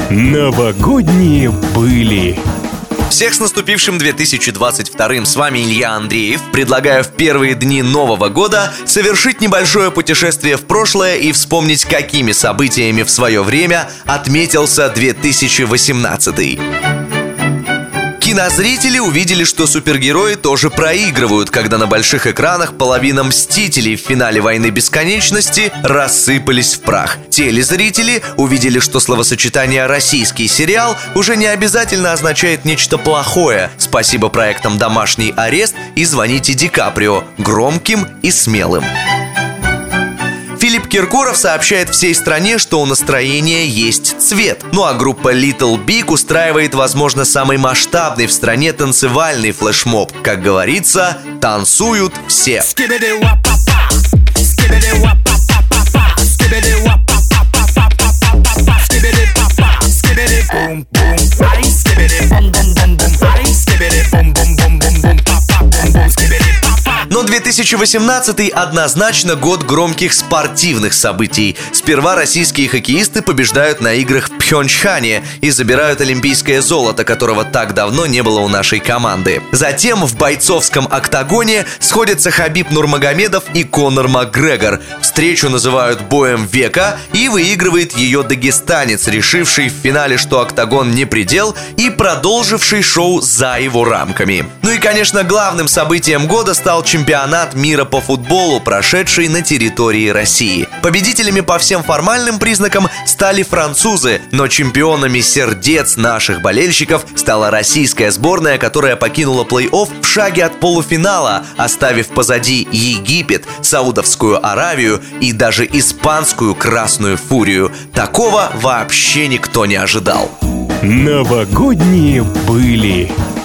Новогодние были. Всех с наступившим 2022-м! С вами Илья Андреев. Предлагаю в первые дни Нового года совершить небольшое путешествие в прошлое и вспомнить, какими событиями в свое время отметился 2018. Кинозрители увидели, что супергерои тоже проигрывают, когда на больших экранах половина «Мстителей» в финале «Войны бесконечности» рассыпались в прах. Телезрители увидели, что словосочетание «российский сериал» уже не обязательно означает нечто плохое. Спасибо проектам «Домашний арест» и «Звоните Ди Каприо» громким и смелым. Филипп Киркоров сообщает всей стране, что у настроения есть цвет. Ну а группа Little Big устраивает, возможно, самый масштабный в стране танцевальный флешмоб. Как говорится, танцуют все. Но 2018 однозначно год громких спортивных событий. Сперва российские хоккеисты побеждают на играх в Пхёнчхане и забирают олимпийское золото, которого так давно не было у нашей команды. Затем в бойцовском октагоне сходятся Хабиб Нурмагомедов и Конор Макгрегор. Встречу называют боем века, и выигрывает ее дагестанец, решивший в финале, что октагон не предел, и продолживший шоу за его рамками. Ну и, конечно, главным событием года стал чемпионат мира по футболу, прошедший на территории России. Победителями по всем формальным признакам стали французы, но чемпионами сердец наших болельщиков стала российская сборная, которая покинула плей-офф в шаге от полуфинала, оставив позади Египет, Саудовскую Аравию и даже испанскую Красную Фурию. Такого вообще никто не ожидал. Новогодние были.